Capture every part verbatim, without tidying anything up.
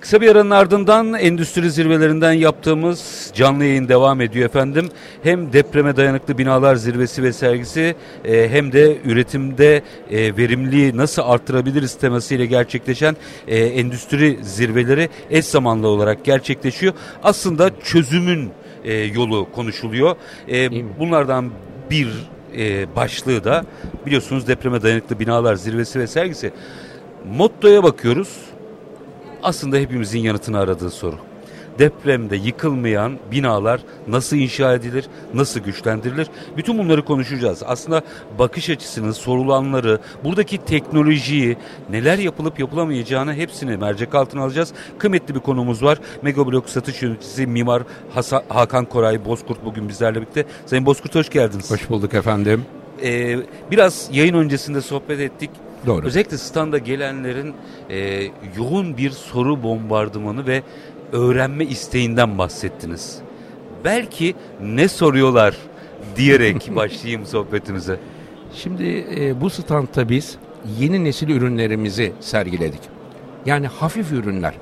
Kısa bir aranın ardından endüstri zirvelerinden yaptığımız canlı yayın devam ediyor efendim. Hem depreme dayanıklı binalar zirvesi ve sergisi e, hem de üretimde e, verimliliği nasıl arttırabiliriz temasıyla gerçekleşen e, endüstri zirveleri eş zamanlı olarak gerçekleşiyor. Aslında çözümün e, yolu konuşuluyor. E, bunlardan bir e, başlığı da biliyorsunuz depreme dayanıklı binalar zirvesi ve sergisi. Mottoya bakıyoruz. Aslında hepimizin yanıtını aradığı soru. Depremde yıkılmayan binalar nasıl inşa edilir, nasıl güçlendirilir? Bütün bunları konuşacağız. Aslında bakış açısını, sorulanları, buradaki teknolojiyi, neler yapılıp yapılamayacağını hepsini mercek altına alacağız. Kıymetli bir konumuz var. Megablok satış yöneticisi Mimar Hasan, Hakan Koray Bozkurt bugün bizlerle birlikte. Sayın Bozkurt hoş geldiniz. Hoş bulduk efendim. Ee, biraz yayın öncesinde sohbet ettik. Doğru. Özellikle standa gelenlerin e, yoğun bir soru bombardımanı ve öğrenme isteğinden bahsettiniz. Belki ne soruyorlar diyerek başlayayım sohbetimize. Şimdi e, bu standta biz yeni nesil ürünlerimizi sergiledik. Yani hafif ürünler.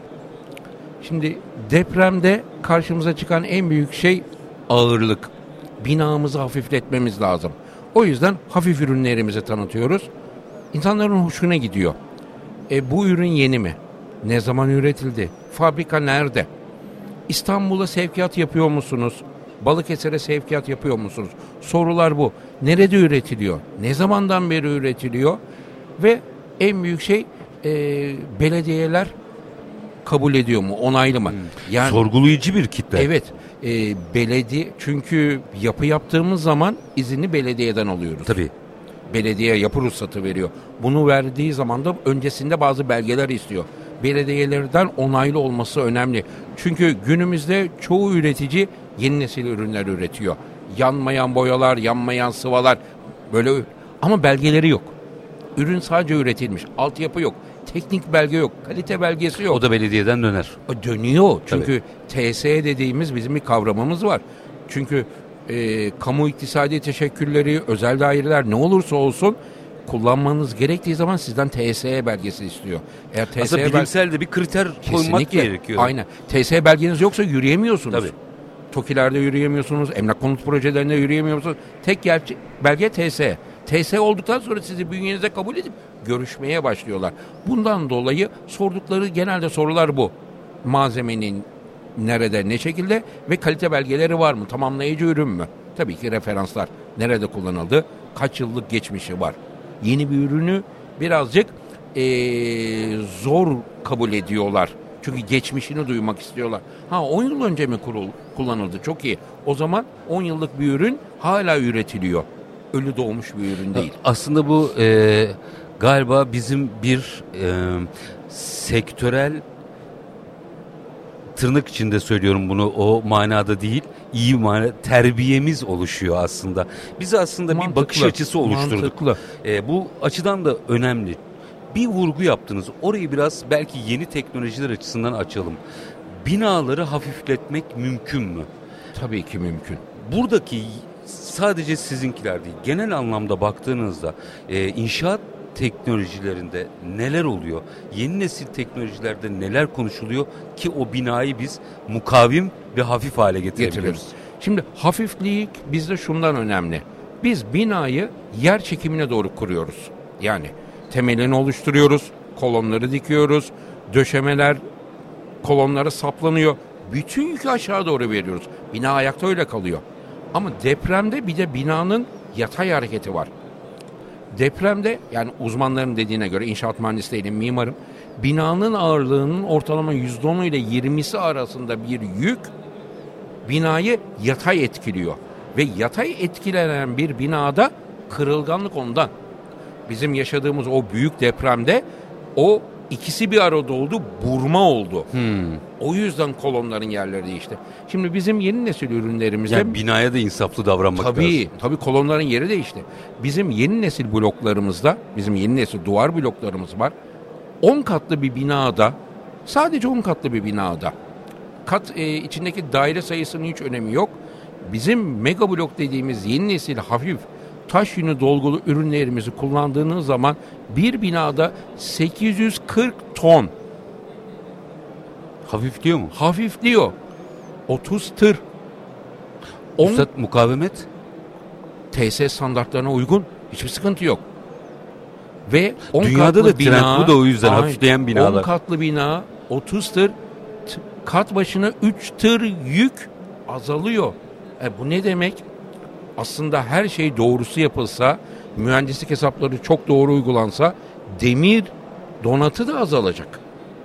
Şimdi depremde karşımıza çıkan en büyük şey ağırlık. Binamızı hafifletmemiz lazım. O yüzden hafif ürünlerimizi tanıtıyoruz. İnsanların hoşuna gidiyor. E, bu ürün yeni mi? Ne zaman üretildi? Fabrika nerede? İstanbul'a sevkiyat yapıyor musunuz? Balıkesir'e sevkiyat yapıyor musunuz? Sorular bu. Nerede üretiliyor? Ne zamandan beri üretiliyor? Ve en büyük şey e, belediyeler kabul ediyor mu? Onaylı mı? Yani, sorgulayıcı bir kitle. Evet. E, belediye çünkü yapı yaptığımız zaman izni belediyeden alıyoruz. Tabii. Belediye yapı ruhsatı veriyor. Bunu verdiği zaman da öncesinde bazı belgeler istiyor. Belediyelerden onaylı olması önemli. Çünkü günümüzde çoğu üretici yeni nesil ürünler üretiyor. Yanmayan boyalar, yanmayan sıvalar böyle, ama belgeleri yok. Ürün sadece üretilmiş. Altyapı yok. Teknik belge yok. Kalite belgesi yok. O da belediyeden döner. O dönüyor. Çünkü T S E dediğimiz bizim bir kavramımız var. Çünkü e, kamu iktisadi teşekkülleri, özel daireler ne olursa olsun kullanmanız gerektiği zaman sizden T S E belgesi istiyor. Eğer T S E aslında bilimsel de bir kriter koymak kesinlikle gerekiyor. Aynen. T S E belgeniz yoksa yürüyemiyorsunuz. Tabii. TOKİ'lerde yürüyemiyorsunuz. Emlak konut projelerinde yürüyemiyorsunuz. Tek gerçek belge T S E. T S E olduktan sonra sizi bünyenize kabul edip görüşmeye başlıyorlar. Bundan dolayı sordukları genelde sorular bu. Malzemenin nerede, ne şekilde ve kalite belgeleri var mı? Tamamlayıcı ürün mü? Tabii ki referanslar. Nerede kullanıldı? Kaç yıllık geçmişi var? Yeni bir ürünü birazcık ee, zor kabul ediyorlar. Çünkü geçmişini duymak istiyorlar. Ha on yıl önce mi kurul, kullanıldı? Çok iyi. O zaman on yıllık bir ürün hala üretiliyor. Ölü doğmuş bir ürün değil. Aslında bu e, galiba bizim bir e, sektörel, tırnak içinde söylüyorum bunu, o manada değil, iyi mana, terbiyemiz oluşuyor aslında. Biz aslında mantıklı, bir bakış açısı oluşturduk. E, bu açıdan da önemli. Bir vurgu yaptınız. Orayı biraz belki yeni teknolojiler açısından açalım. Binaları hafifletmek mümkün mü? Tabii ki mümkün. Buradaki sadece sizinkiler değil, genel anlamda baktığınızda e, inşaat teknolojilerinde neler oluyor? Yeni nesil teknolojilerde neler konuşuluyor ki o binayı biz mukavim ve hafif hale getirebiliyoruz? Şimdi hafiflik bizde şundan önemli. Biz binayı yer çekimine doğru kuruyoruz. Yani temelini oluşturuyoruz, kolonları dikiyoruz, döşemeler kolonlara saplanıyor. Bütün yükü aşağı doğru veriyoruz. Bina ayakta öyle kalıyor. Ama depremde bir de binanın yatay hareketi var. Depremde, yani uzmanların dediğine göre, inşaat mühendisi değilim, mimarım, binanın ağırlığının ortalama yüzde onu ile yirmisi arasında bir yük binayı yatay etkiliyor. Ve yatay etkilenen bir binada kırılganlık ondan. Bizim yaşadığımız o büyük depremde o ikisi bir arada oldu, burma oldu. Hmm. O yüzden kolonların yerleri değişti. Şimdi bizim yeni nesil ürünlerimizde... Yani binaya da insaflı davranmak tabii, lazım. Tabii kolonların yeri değişti. Bizim yeni nesil bloklarımızda, bizim yeni nesil duvar bloklarımız var. on katlı bir binada, sadece on katlı bir binada, kat e, içindeki daire sayısının hiç önemi yok. Bizim mega blok dediğimiz yeni nesil hafif taş yünü dolgulu ürünlerimizi kullandığınız zaman bir binada sekiz yüz kırk ton Hafifliyor mu? Hafifliyor. otuz tır. on Üstad, mukavemet? T S standartlarına uygun. Hiçbir sıkıntı yok. Ve on Dünyada katlı da trend bina, bu da o yüzden aynen, hafifleyen binalar. on katlı bina, otuz tır, t- kat başına üç tır yük azalıyor. E bu ne demek? Aslında her şey doğrusu yapılsa, mühendislik hesapları çok doğru uygulansa demir donatı da azalacak.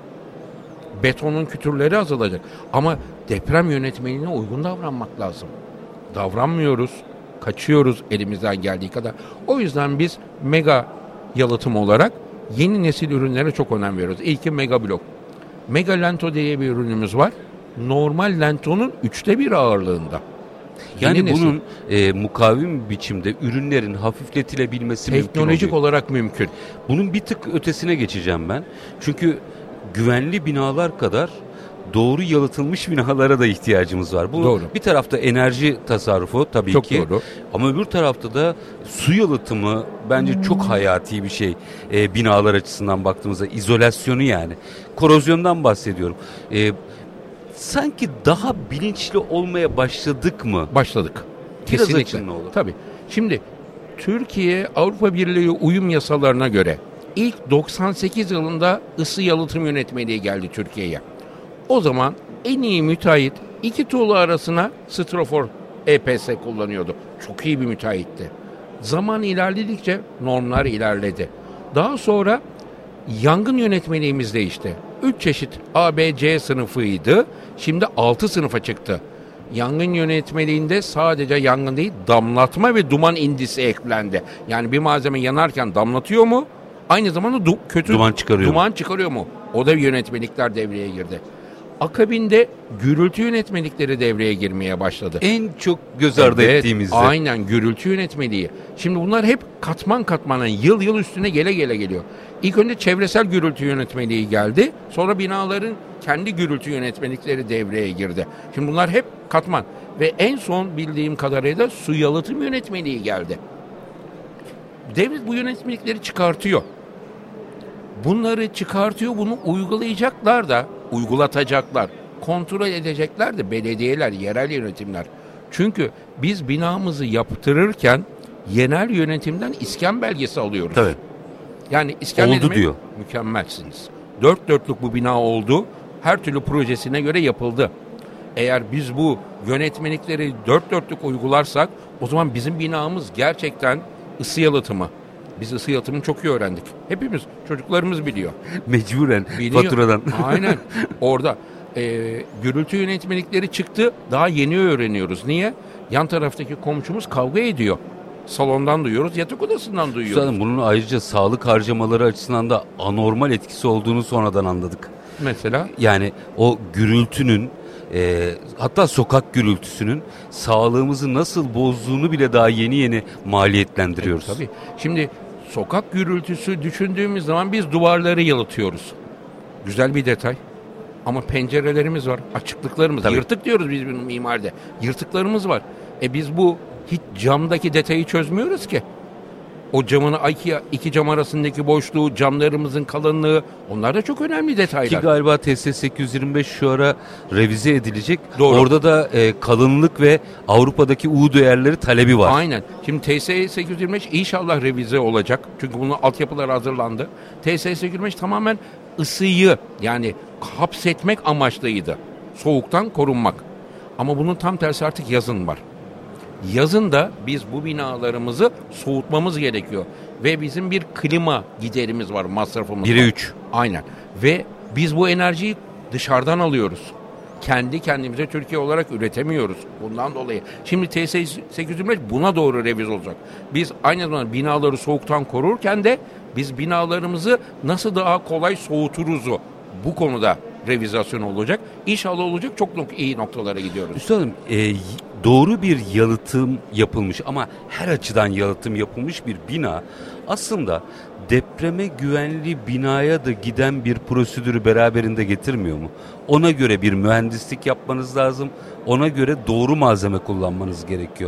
Betonun kütürleri azalacak. Ama deprem yönetmeliğine uygun davranmak lazım. Davranmıyoruz, kaçıyoruz elimizden geldiği kadar. O yüzden biz mega yalıtım olarak yeni nesil ürünlere çok önem veriyoruz. İlki mega blok. Mega lento diye bir ürünümüz var. Normal lentonun üçte bir ağırlığında. Yani Yeni bunun nesil. e, mukavim biçimde ürünlerin hafifletilebilmesi Teknolojik mümkün oluyor. olarak mümkün. Bunun bir tık ötesine geçeceğim ben. Çünkü güvenli binalar kadar doğru yalıtılmış binalara da ihtiyacımız var. Bu Doğru. bir tarafta enerji tasarrufu tabii Çok ki. doğru. Ama öbür tarafta da su yalıtımı bence çok hayati bir şey. E, binalar açısından baktığımızda izolasyonu yani. Korozyondan bahsediyorum. E, sanki daha bilinçli olmaya başladık mı? Başladık. Biraz Kesinlikle. açın ne olur. Tabii. Şimdi Türkiye Avrupa Birliği uyum yasalarına göre ilk doksan sekiz yılında ısı yalıtım yönetmeliği geldi Türkiye'ye. O zaman en iyi müteahhit iki tuğla arasına strafor E P S kullanıyordu. Çok iyi bir müteahhitti. Zaman ilerledikçe normlar ilerledi. Daha sonra yangın yönetmeliğimiz değişti. Üç çeşit A, B, C sınıfıydı. Şimdi altı sınıfa çıktı. Yangın yönetmeliğinde sadece yangın değil, damlatma ve duman indisi eklendi. Yani bir malzeme yanarken damlatıyor mu? Aynı zamanda du- kötü Duman çıkarıyor duman çıkarıyor mu? O da yönetmelikler devreye girdi. Akabinde gürültü yönetmelikleri devreye girmeye başladı. En çok göz ardı Evet, ettiğimizde. aynen gürültü yönetmeliği. Şimdi bunlar hep katman katmana yıl yıl üstüne gele gele geliyor. İlk önce çevresel gürültü yönetmeliği geldi. Sonra binaların kendi gürültü yönetmelikleri devreye girdi. Şimdi bunlar hep katman. Ve en son bildiğim kadarıyla su yalıtım yönetmeliği geldi. Devlet bu yönetmelikleri çıkartıyor. Bunları çıkartıyor, bunu uygulayacaklar da, uygulatacaklar, kontrol edecekler de belediyeler, yerel yönetimler. Çünkü biz binamızı yaptırırken yerel yönetimden iskan belgesi alıyoruz. Tabii. Yani iskan Oldu ne demek? diyor. Mükemmelsiniz. Dört dörtlük bu bina oldu. Her türlü projesine göre yapıldı. Eğer biz bu yönetmelikleri dört dörtlük uygularsak o zaman bizim binamız gerçekten ısı yalıtımı. Biz ısı yalıtımını çok iyi öğrendik. Hepimiz, çocuklarımız biliyor. Mecburen Biliyor. faturadan. Aynen. Orada e, gürültü yönetmelikleri çıktı. Daha yeni öğreniyoruz. Niye? Yan taraftaki komşumuz kavga ediyor. Salondan duyuyoruz, yatak odasından duyuyoruz. Zaten bunun ayrıca sağlık harcamaları açısından da anormal etkisi olduğunu sonradan anladık. Mesela? Yani o gürültünün e, hatta sokak gürültüsünün sağlığımızı nasıl bozduğunu bile daha yeni yeni maliyetlendiriyoruz. Tabii. Şimdi sokak gürültüsü düşündüğümüz zaman biz duvarları yalıtıyoruz. Güzel bir detay. Ama pencerelerimiz var, açıklıklarımız. Tabii. Yırtık diyoruz biz bunun mimaride. Yırtıklarımız var. E biz bu hiç camdaki detayı çözmüyoruz ki. O camın iki, iki cam arasındaki boşluğu, camlarımızın kalınlığı, onlar da çok önemli detaylar. Ki galiba T S sekiz yüz yirmi beş şu ara revize edilecek. Doğru. Orada da e, kalınlık ve Avrupa'daki U değerleri talebi var. Aynen. Şimdi T S sekiz yüz yirmi beş inşallah revize olacak. Çünkü bunun altyapıları hazırlandı. T S sekiz yüz yirmi beş tamamen ısıyı yani hapsetmek amaçlıydı. Soğuktan korunmak. Ama bunun tam tersi artık yazın var. Yazın da biz bu binalarımızı soğutmamız gerekiyor. Ve bizim bir klima giderimiz var, masrafımız bire var. üç. Aynen. Ve biz bu enerjiyi dışarıdan alıyoruz. Kendi kendimize Türkiye olarak üretemiyoruz. Bundan dolayı. Şimdi T S sekiz yüz yirmi beş buna doğru revize olacak. Biz aynı zamanda binaları soğuktan korurken de biz binalarımızı nasıl daha kolay soğuturuzu bu konuda revizasyon olacak. İnşallah olacak. Çok nok- iyi noktalara gidiyoruz. Üstadım e, doğru bir yalıtım yapılmış ama her açıdan yalıtım yapılmış bir bina aslında depreme güvenli binaya da giden bir prosedürü beraberinde getirmiyor mu? Ona göre bir mühendislik yapmanız lazım. Ona göre doğru malzeme kullanmanız gerekiyor.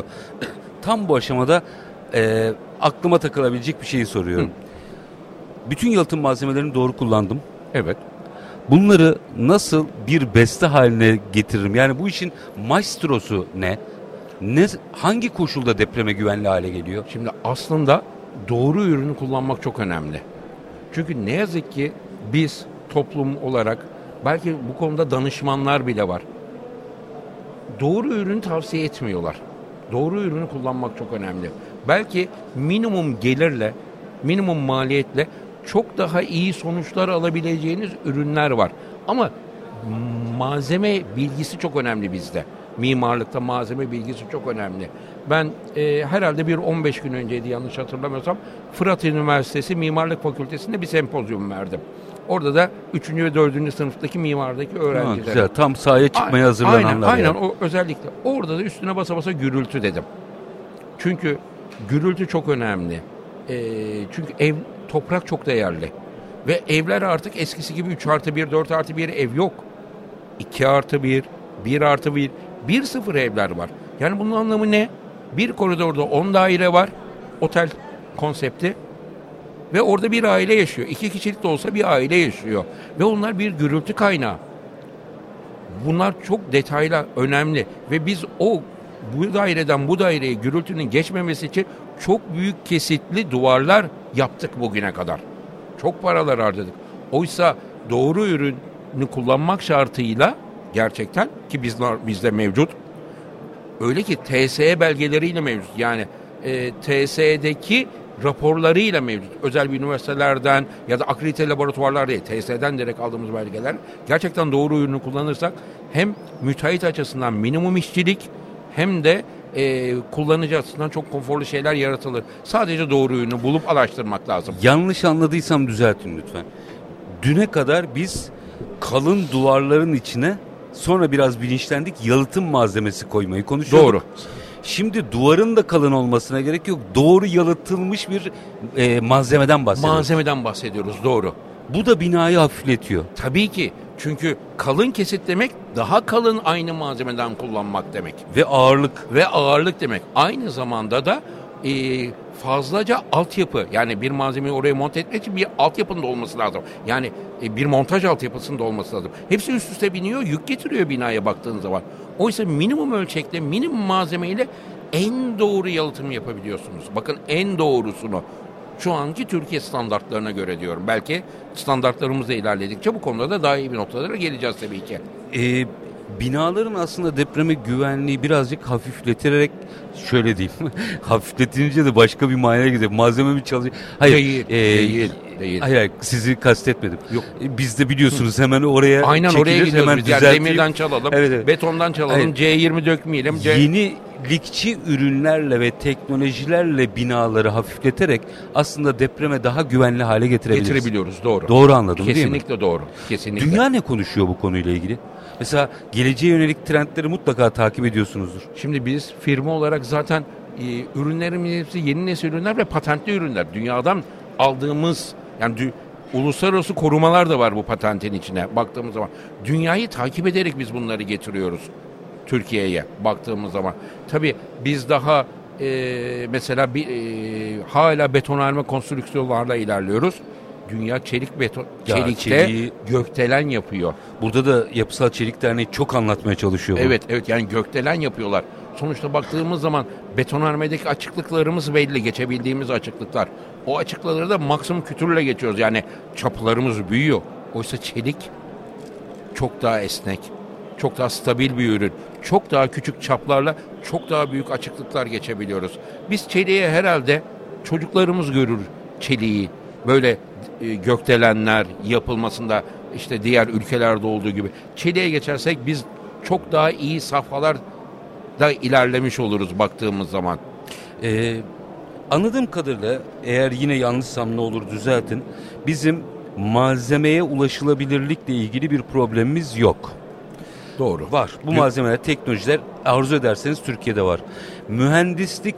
Tam bu aşamada e, aklıma takılabilecek bir şeyi soruyorum. Hı. Bütün yalıtım malzemelerini doğru kullandım. Evet. bunları nasıl bir beste haline getiririm? Yani bu işin maestrosu ne? Ne hangi koşulda depreme güvenli hale geliyor? Şimdi aslında doğru ürünü kullanmak çok önemli. Çünkü ne yazık ki biz toplum olarak belki bu konuda danışmanlar bile var. Doğru ürünü tavsiye etmiyorlar. Doğru ürünü kullanmak çok önemli. Belki minimum gelirle, minimum maliyetle çok daha iyi sonuçlar alabileceğiniz ürünler var. Ama malzeme bilgisi çok önemli bizde. Mimarlıkta malzeme bilgisi çok önemli. Ben e, herhalde bir on beş gün önceydi yanlış hatırlamıyorsam Fırat Üniversitesi Mimarlık Fakültesi'nde bir sempozyum verdim. Orada da üçüncü ve dördüncü sınıftaki mimardaki öğrenciler. Güzel, tam sahaya çıkmaya hazırlananlar. Aynen, aynen yani. O özellikle. Orada da üstüne basa basa gürültü dedim. Çünkü gürültü çok önemli. E, çünkü ev, toprak çok değerli. Ve evler artık eskisi gibi üç artı bir, dört artı bir ev yok. iki artı bir, bir artı bir, bir sıfır evler var. Yani bunun anlamı ne? Bir koridorda on daire var. Otel konsepti. Ve orada bir aile yaşıyor. İki kişilik de olsa bir aile yaşıyor. Ve onlar bir gürültü kaynağı. Bunlar çok detaylı, önemli. Ve biz o bu daireden bu daireye gürültünün geçmemesi için çok büyük kesitli duvarlar yaptık bugüne kadar. Çok paralar harcadık. Oysa doğru ürünü kullanmak şartıyla gerçekten ki bizler bizde mevcut. Öyle ki T S E belgeleriyle mevcut. Yani e, T S E'deki raporlarıyla mevcut. Özel bir üniversitelerden ya da akredite laboratuvarlar değil. T S E'den direkt aldığımız belgeler. Gerçekten doğru ürünü kullanırsak hem müteahhit açısından minimum işçilik hem de e, kullanıcı açısından çok konforlu şeyler yaratılır. Sadece doğru ürünü bulup araştırmak lazım. Yanlış anladıysam düzeltin lütfen. Düne kadar biz kalın duvarların içine sonra biraz bilinçlendik yalıtım malzemesi koymayı konuşuyorduk. Doğru. Şimdi duvarın da kalın olmasına gerek yok. Doğru yalıtılmış bir e, malzemeden bahsediyoruz. Malzemeden bahsediyoruz, doğru. Bu da binayı hafifletiyor. Tabii ki. Çünkü kalın kesit demek daha kalın aynı malzemeden kullanmak demek. Ve ağırlık. Ve ağırlık demek. Aynı zamanda da e, fazlaca altyapı. Yani bir malzemeyi oraya monte etmek için bir altyapının da olması lazım. Yani e, bir montaj altyapısının da olması lazım. Hepsi üst üste biniyor, yük getiriyor binaya baktığın zaman. Oysa minimum ölçekte, minimum malzemeyle en doğru yalıtımı yapabiliyorsunuz. Bakın en doğrusunu. Şu anki Türkiye standartlarına göre diyorum. Belki standartlarımız da ilerledikçe bu konuda da daha iyi bir noktalara geleceğiz tabii ki. Ee, binaların aslında depreme güvenliği birazcık hafifleterek şöyle diyeyim. Hafifletince de başka bir manaya gidiyor. Malzeme mi çalışıyor? Hayır. Değil, e, değil, değil. Hayır, hayır, sizi kastetmedim. Yok. E, biz de biliyorsunuz hemen oraya Aynen çekilir, oraya gidiyoruz hemen biz. Yani düzelteyim. demirden çalalım, Evet, evet. betondan çalalım, Hayır. C yirmi dökmeyelim. C... Yenilikçi ürünlerle ve teknolojilerle binaları hafifleterek aslında depreme daha güvenli hale getirebiliriz. Getirebiliyoruz, doğru. Doğru anladım değil mi? Kesinlikle doğru. Kesinlikle. Dünya ne konuşuyor bu konuyla ilgili? Mesela geleceğe yönelik trendleri mutlaka takip ediyorsunuzdur. Şimdi biz firma olarak zaten e, ürünlerimiz hepsi yeni nesil ürünler ve patentli ürünler. Dünyadan aldığımız yani dü- uluslararası korumalar da var bu patentin içine baktığımız zaman. Dünyayı takip ederek biz bunları getiriyoruz Türkiye'ye baktığımız zaman. Tabii biz daha e, mesela bir, e, hala betonarme konstrüksiyonlarla ilerliyoruz. Dünya çelik beton, Ya, çelikte çeliği- gökdelen yapıyor. Burada da Yapısal Çelik Derneği çok anlatmaya çalışıyor. bunu. Evet, evet yani gökdelen yapıyorlar. Sonuçta baktığımız zaman betonarmedeki açıklıklarımız belli, geçebildiğimiz açıklıklar. O açıklıkları da maksimum kütürle geçiyoruz. Yani çaplarımız büyüyor. Oysa çelik çok daha esnek, çok daha stabil bir ürün. Çok daha küçük çaplarla çok daha büyük açıklıklar geçebiliyoruz. Biz çeliğe herhalde çocuklarımız görür çeliği. Böyle e, gökdelenler yapılmasında işte diğer ülkelerde olduğu gibi. Çeliğe geçersek biz çok daha iyi safhalarda ilerlemiş oluruz baktığımız zaman. Ee, anladığım kadarıyla eğer yine yanlışsam ne olur düzeltin. Bizim malzemeye ulaşılabilirlikle ilgili bir problemimiz yok. Doğru. Var. Bu Yok. malzemeler, teknolojiler arzu ederseniz Türkiye'de var. Mühendislik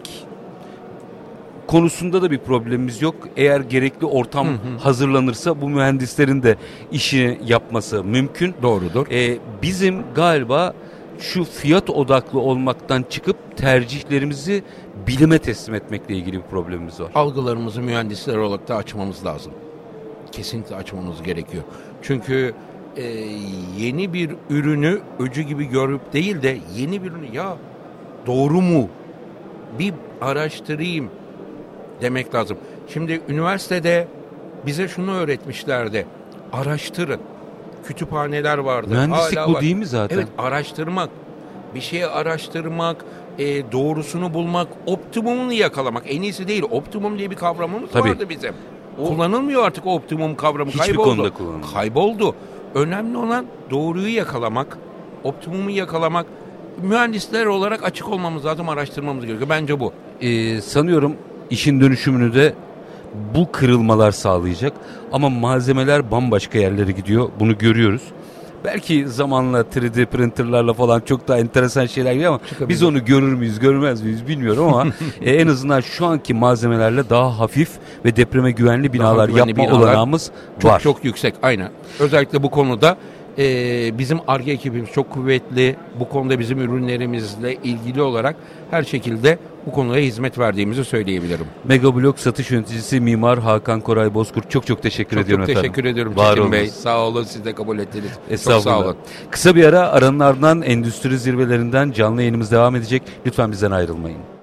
konusunda da bir problemimiz yok. Eğer gerekli ortam hı hı. hazırlanırsa bu mühendislerin de işini yapması mümkün. Doğrudur. Ee, bizim galiba şu fiyat odaklı olmaktan çıkıp tercihlerimizi bilime teslim etmekle ilgili bir problemimiz var. Algılarımızı mühendisler olarak da açmamız lazım. Kesinlikle açmamız gerekiyor. Çünkü e, yeni bir ürünü öcü gibi görüp değil de yeni bir ürünü ya doğru mu? Bir araştırayım demek lazım. Şimdi üniversitede bize şunu öğretmişlerdi. Araştırın. Kütüphaneler vardı. Mühendislik hala bu var. değil mi zaten? Evet, araştırmak. Bir şeyi araştırmak, e, doğrusunu bulmak, optimumunu yakalamak. En iyisi değil. Optimum diye bir kavramımız Tabii. vardı bizim. Kullanılmıyor artık o optimum kavramı. Hiçbir Kayboldu. konuda kullanılmıyor. Kayboldu. Önemli olan doğruyu yakalamak, optimumu yakalamak. Mühendisler olarak açık olmamız lazım, araştırmamız gerekiyor. Bence bu. Ee, sanıyorum işin dönüşümünü de bu kırılmalar sağlayacak. Ama malzemeler bambaşka yerlere gidiyor. Bunu görüyoruz. Belki zamanla üç D printerlarla falan çok daha enteresan şeyler geliyor ama Çıkabilir. biz onu görür müyüz, görmez miyiz bilmiyorum ama e, en azından şu anki malzemelerle daha hafif ve depreme güvenli binalar güvenli yapma binalar olanağımız Çok var. çok yüksek, aynen. Özellikle bu konuda e, bizim Ar-Ge ekibimiz çok kuvvetli. Bu konuda bizim ürünlerimizle ilgili olarak her şekilde bu konuya hizmet verdiğimizi söyleyebilirim. Megablok satış yöneticisi Mimar Hakan Koray Bozkurt, çok çok teşekkür Çok ediyorum çok efendim. teşekkür ediyorum Var Çetin olunuz. Bey. Sağ olun, siz de kabul ettiniz. Çok Estağfurullah. sağ olun. Kısa bir ara, aranın ardından endüstri zirvelerinden canlı yayınımız devam edecek. Lütfen bizden ayrılmayın.